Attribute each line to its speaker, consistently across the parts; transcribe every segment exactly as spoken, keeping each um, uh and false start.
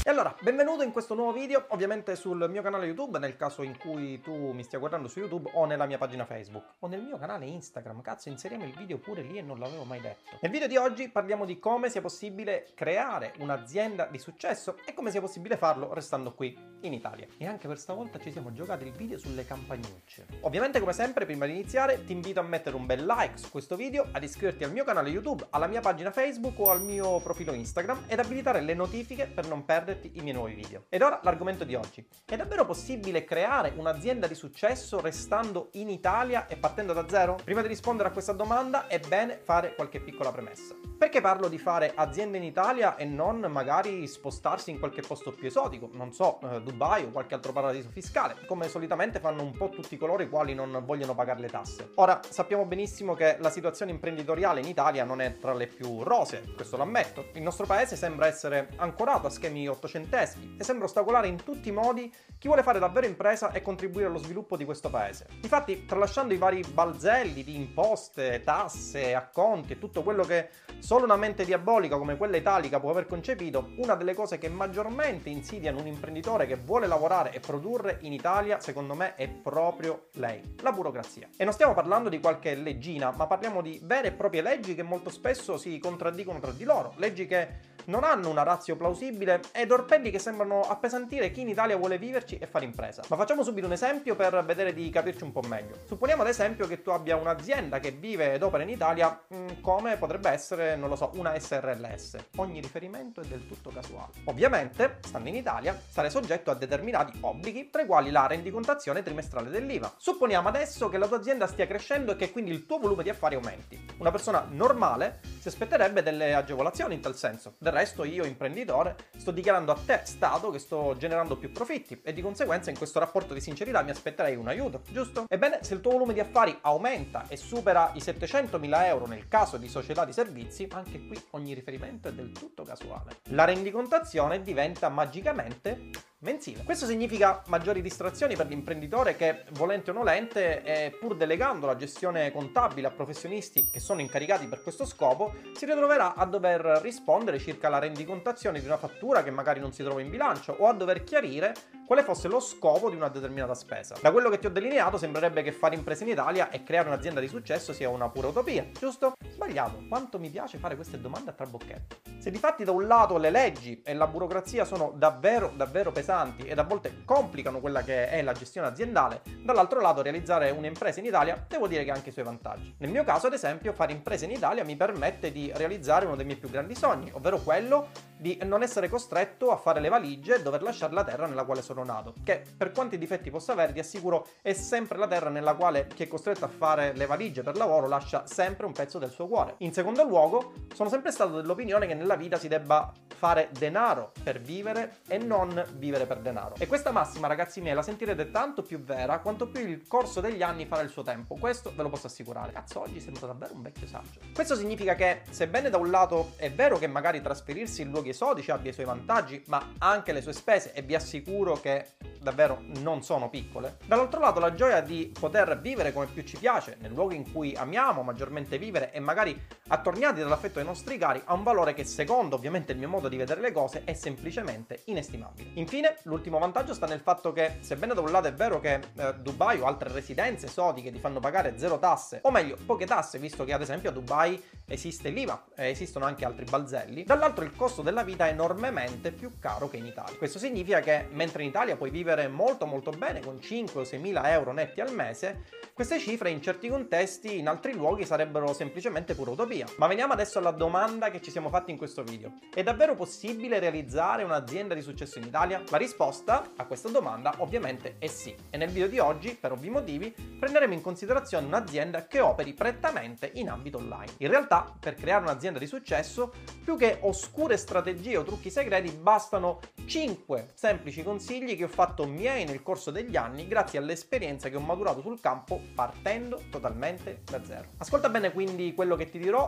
Speaker 1: E allora, benvenuto in questo nuovo video, ovviamente sul mio canale YouTube, nel caso in cui tu mi stia guardando su YouTube, o nella mia pagina Facebook, o nel mio canale Instagram. Cazzo, inseriamo il video pure lì e non l'avevo mai detto. Nel video di oggi parliamo di come sia possibile creare un'azienda di successo e come sia possibile farlo restando qui in Italia. E anche per stavolta ci siamo giocati il video sulle campagnucce. Ovviamente, come sempre, prima di iniziare ti invito a mettere un bel like su questo video, ad iscriverti al mio canale YouTube, alla mia pagina Facebook o al mio profilo Instagram ed abilitare le notifiche per non perdere i miei nuovi video. Ed ora l'argomento di oggi. È davvero possibile creare un'azienda di successo restando in Italia e partendo da zero? Prima di rispondere a questa domanda è bene fare qualche piccola premessa. Perché parlo di fare azienda in Italia e non magari spostarsi in qualche posto più esotico? Non so, eh, Dubai o qualche altro paradiso fiscale, come solitamente fanno un po' tutti coloro i quali non vogliono pagare le tasse. Ora, sappiamo benissimo che la situazione imprenditoriale in Italia non è tra le più rosee, questo lo ammetto. Il nostro paese sembra essere ancorato a schemi ottocenteschi e sembra ostacolare in tutti i modi chi vuole fare davvero impresa e contribuire allo sviluppo di questo paese. Infatti, tralasciando i vari balzelli di imposte, tasse, acconti e tutto quello che solo una mente diabolica come quella italica può aver concepito, una delle cose che maggiormente insidiano un imprenditore che vuole lavorare e produrre in Italia, secondo me, è proprio lei, la burocrazia. E non stiamo parlando di qualche leggina, ma parliamo di vere e proprie leggi che molto spesso si contraddicono tra di loro, leggi che non hanno una ratio plausibile ed orpelli che sembrano appesantire chi in Italia vuole viverci e fare impresa. Ma facciamo subito un esempio per vedere di capirci un po' meglio. Supponiamo ad esempio che tu abbia un'azienda che vive ed opera in Italia mh, come potrebbe essere, non lo so, una S R L S. Ogni riferimento è del tutto casuale. Ovviamente, stando in Italia, sarai soggetto a determinati obblighi, tra i quali la rendicontazione trimestrale dell'I V A. Supponiamo adesso che la tua azienda stia crescendo e che quindi il tuo volume di affari aumenti. Una persona normale si aspetterebbe delle agevolazioni in tal senso. Del resto io, imprenditore, sto dichiarando a te, Stato, che sto generando più profitti e di conseguenza in questo rapporto di sincerità mi aspetterei un aiuto, giusto? Ebbene, se il tuo volume di affari aumenta e supera i settecentomila euro nel caso di società di servizi, anche qui ogni riferimento è del tutto casuale. La rendicontazione diventa magicamente mensile. Questo significa maggiori distrazioni per l'imprenditore che, volente o nolente, e pur delegando la gestione contabile a professionisti che sono incaricati per questo scopo, si ritroverà a dover rispondere circa la rendicontazione di una fattura che magari non si trova in bilancio o a dover chiarire quale fosse lo scopo di una determinata spesa. Da quello che ti ho delineato sembrerebbe che fare impresa in Italia e creare un'azienda di successo sia una pura utopia, giusto? Sbagliato. Quanto mi piace fare queste domande a trabocchetto. Se difatti da un lato le leggi e la burocrazia sono davvero davvero pesanti ed a volte complicano quella che è la gestione aziendale, dall'altro lato realizzare un'impresa in Italia devo dire che ha anche i suoi vantaggi. Nel mio caso, ad esempio, fare impresa in Italia mi permette di realizzare uno dei miei più grandi sogni, ovvero quello di non essere costretto a fare le valigie e dover lasciare la terra nella quale sono nato, che per quanti difetti possa avere, ti assicuro, è sempre la terra nella quale chi è costretto a fare le valigie per lavoro lascia sempre un pezzo del suo cuore. In secondo luogo, sono sempre stato dell'opinione che nella vita si debba fare denaro per vivere e non vivere per denaro. E questa massima, ragazzi miei, la sentirete tanto più vera quanto più il corso degli anni farà il suo tempo. Questo ve lo posso assicurare. Cazzo, oggi sembro davvero un vecchio saggio. Questo significa che, sebbene da un lato è vero che magari trasferirsi in luoghi esotici abbia i suoi vantaggi, ma anche le sue spese, e vi assicuro che davvero non sono piccole, dall'altro lato la gioia di poter vivere come più ci piace, nel luogo in cui amiamo maggiormente vivere e magari attorniati dall'affetto ai nostri cari, ha un valore che, secondo ovviamente il mio modo di vedere le cose, è semplicemente inestimabile. Infine, l'ultimo vantaggio sta nel fatto che, sebbene da un lato è vero che eh, Dubai o altre residenze esotiche ti fanno pagare zero tasse, o meglio, poche tasse, visto che ad esempio a Dubai esiste l'I V A e esistono anche altri balzelli, dall'altro il costo della vita è enormemente più caro che in Italia. Questo significa che, mentre in Italia puoi vivere molto molto bene con cinque o seimila euro netti al mese, queste cifre in certi contesti in altri luoghi sarebbero semplicemente pura utopia. Ma veniamo adesso alla domanda che ci siamo fatti in questo video. È davvero possibile realizzare un'azienda di successo in Italia? La risposta a questa domanda ovviamente è sì. E nel video di oggi, per ovvi motivi, prenderemo in considerazione un'azienda che operi prettamente in ambito online. In realtà, per creare un'azienda di successo, più che oscure strategie o trucchi segreti, bastano cinque semplici consigli che ho fatto miei nel corso degli anni grazie all'esperienza che ho maturato sul campo partendo totalmente da zero. Ascolta bene quindi quello che ti dirò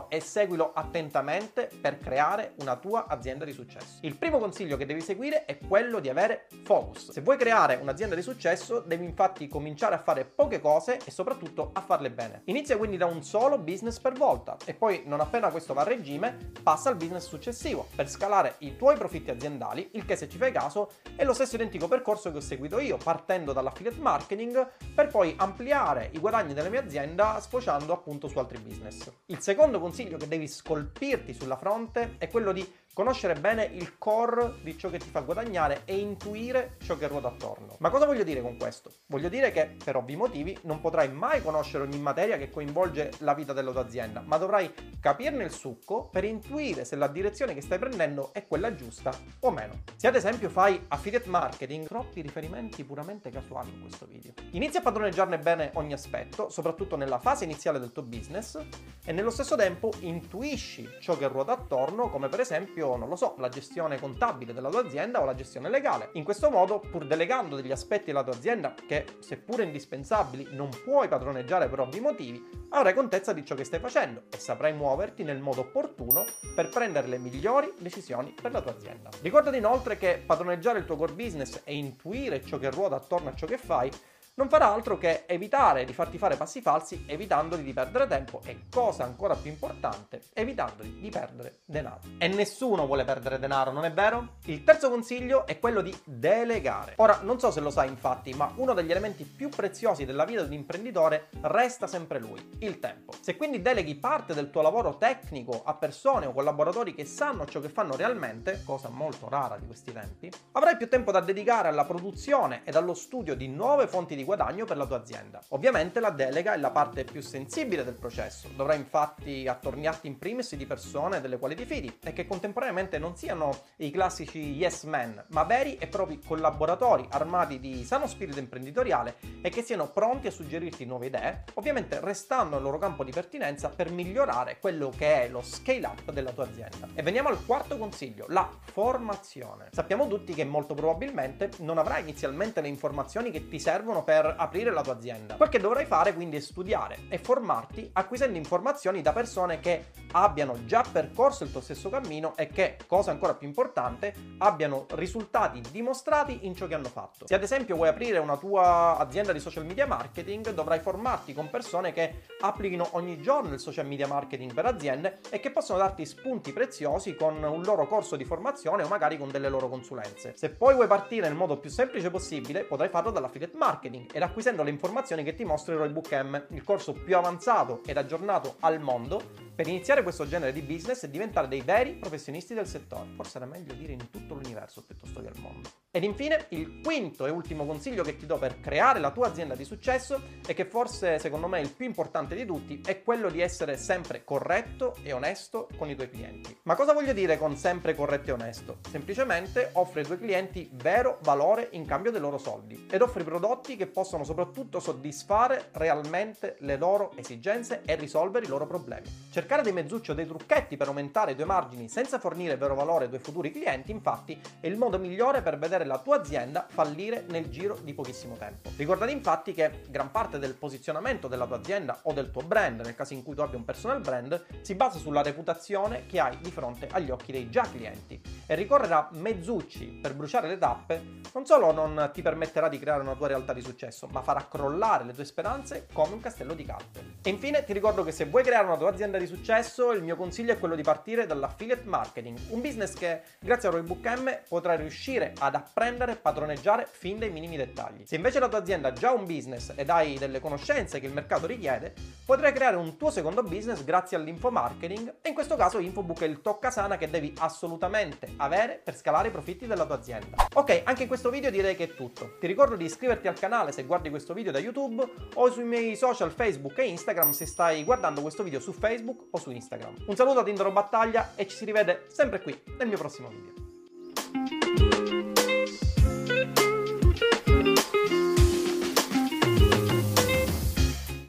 Speaker 1: libro e seguilo attentamente per creare una tua azienda di successo. Il primo consiglio che devi seguire è quello di avere focus. Se vuoi creare un'azienda di successo, devi infatti cominciare a fare poche cose e soprattutto a farle bene. Inizia quindi da un solo business per volta e poi, non appena questo va a regime, passa al business successivo per scalare i tuoi profitti aziendali, il che, se ci fai caso, è lo stesso identico percorso che ho seguito io, partendo dall'affiliate marketing per poi ampliare i guadagni della mia azienda sfociando appunto su altri business. Il secondo consiglio che devi scolpirti sulla fronte è quello di conoscere bene il core di ciò che ti fa guadagnare e intuire ciò che ruota attorno. Ma cosa voglio dire con questo? Voglio dire che, per ovvi motivi, non potrai mai conoscere ogni materia che coinvolge la vita della tua azienda, ma dovrai capirne il succo per intuire se la direzione che stai prendendo è quella giusta o meno. Se ad esempio fai affiliate marketing, troppi riferimenti puramente casuali in questo video. Inizia a padroneggiarne bene ogni aspetto, soprattutto nella fase iniziale del tuo business, e nello stesso tempo intuisci ciò che ruota attorno, come per esempio, non lo so, la gestione contabile della tua azienda o la gestione legale. In questo modo, pur delegando degli aspetti della tua azienda che, seppure indispensabili, non puoi padroneggiare per ovvi motivi, avrai contezza di ciò che stai facendo e saprai muoverti nel modo opportuno per prendere le migliori decisioni per la tua azienda. Ricordati inoltre che padroneggiare il tuo core business e intuire ciò che ruota attorno a ciò che fai non farà altro che evitare di farti fare passi falsi, evitandoli di perdere tempo e, cosa ancora più importante, evitandoli di perdere denaro. E nessuno vuole perdere denaro, non è vero? Il terzo consiglio è quello di delegare. Ora, non so se lo sai infatti, ma uno degli elementi più preziosi della vita di un imprenditore resta sempre lui, il tempo. Se quindi deleghi parte del tuo lavoro tecnico a persone o collaboratori che sanno ciò che fanno realmente, cosa molto rara di questi tempi, avrai più tempo da dedicare alla produzione ed allo studio di nuove fonti di guadagno per la tua azienda. Ovviamente la delega è la parte più sensibile del processo. Dovrai infatti attorniarti in primis di persone delle quali ti fidi e che contemporaneamente non siano i classici yes man, ma veri e propri collaboratori armati di sano spirito imprenditoriale e che siano pronti a suggerirti nuove idee, ovviamente restando nel loro campo di pertinenza per migliorare quello che è lo scale up della tua azienda. E veniamo al quarto consiglio, la formazione. Sappiamo tutti che molto probabilmente non avrai inizialmente le informazioni che ti servono per per aprire la tua azienda. Quel che dovrai fare quindi è studiare e formarti acquisendo informazioni da persone che abbiano già percorso il tuo stesso cammino e che, cosa ancora più importante, abbiano risultati dimostrati in ciò che hanno fatto. Se ad esempio vuoi aprire una tua azienda di social media marketing, dovrai formarti con persone che applichino ogni giorno il social media marketing per aziende e che possono darti spunti preziosi con un loro corso di formazione o magari con delle loro consulenze. Se poi vuoi partire nel modo più semplice possibile, potrai farlo dall'affiliate marketing ed acquisendo le informazioni che ti mostrerò il Bootcamp, il corso più avanzato ed aggiornato al mondo per iniziare questo genere di business e diventare dei veri professionisti del settore. Forse era meglio dire in tutto l'universo piuttosto che al mondo. Ed infine, il quinto e ultimo consiglio che ti do per creare la tua azienda di successo, e che forse secondo me è il più importante di tutti, è quello di essere sempre corretto e onesto con i tuoi clienti. Ma cosa voglio dire con sempre corretto e onesto? Semplicemente offri ai tuoi clienti vero valore in cambio dei loro soldi ed offri prodotti che possono soprattutto soddisfare realmente le loro esigenze e risolvere i loro problemi. Cercare dei mezzucci o dei trucchetti per aumentare i tuoi margini senza fornire vero valore ai tuoi futuri clienti, infatti, è il modo migliore per vedere la tua azienda fallire nel giro di pochissimo tempo. Ricordati infatti che gran parte del posizionamento della tua azienda o del tuo brand, nel caso in cui tu abbia un personal brand, si basa sulla reputazione che hai di fronte agli occhi dei già clienti, e ricorrere a mezzucci per bruciare le tappe non solo non ti permetterà di creare una tua realtà di successo, ma farà crollare le tue speranze come un castello di carte. E infine ti ricordo che se vuoi creare una tua azienda di successo, il mio consiglio è quello di partire dall'affiliate marketing, un business che grazie al Bootcamp potrai riuscire ad apprendere e padroneggiare fin dai minimi dettagli. Se invece la tua azienda ha già un business ed hai delle conoscenze che il mercato richiede, potrai creare un tuo secondo business grazie all'infomarketing, e in questo caso Infobook è il toccasana che devi assolutamente avere per scalare i profitti della tua azienda. Ok, anche in questo video direi che è tutto. Ti ricordo di iscriverti al canale se guardi questo video da YouTube o sui miei social Facebook e Instagram se stai guardando questo video su Facebook o su Instagram. Un saluto da Tindaro Battaglia e ci si rivede sempre qui nel mio prossimo video.